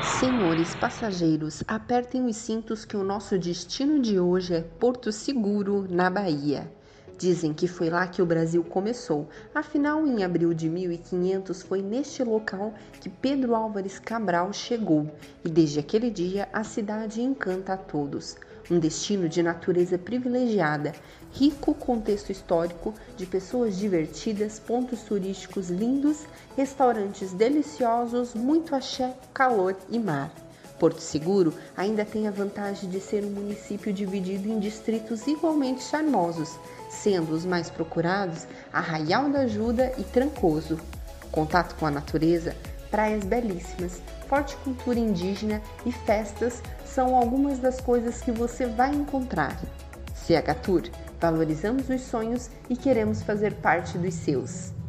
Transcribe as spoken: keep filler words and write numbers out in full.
Senhores passageiros, apertem os cintos que o nosso destino de hoje é Porto Seguro, na Bahia. Dizem que foi lá que o Brasil começou, afinal, em abril de mil e quinhentos foi neste local que Pedro Álvares Cabral chegou, e desde aquele dia a cidade encanta a todos. Um destino de natureza privilegiada, rico contexto histórico, de pessoas divertidas, pontos turísticos lindos, restaurantes deliciosos, muito axé, calor e mar. Porto Seguro ainda tem a vantagem de ser um município dividido em distritos igualmente charmosos, sendo os mais procurados Arraial da Ajuda e Trancoso. Contato com a natureza, praias belíssimas, forte cultura indígena e festas são algumas das coisas que você vai encontrar. C H Tour, valorizamos os sonhos e queremos fazer parte dos seus.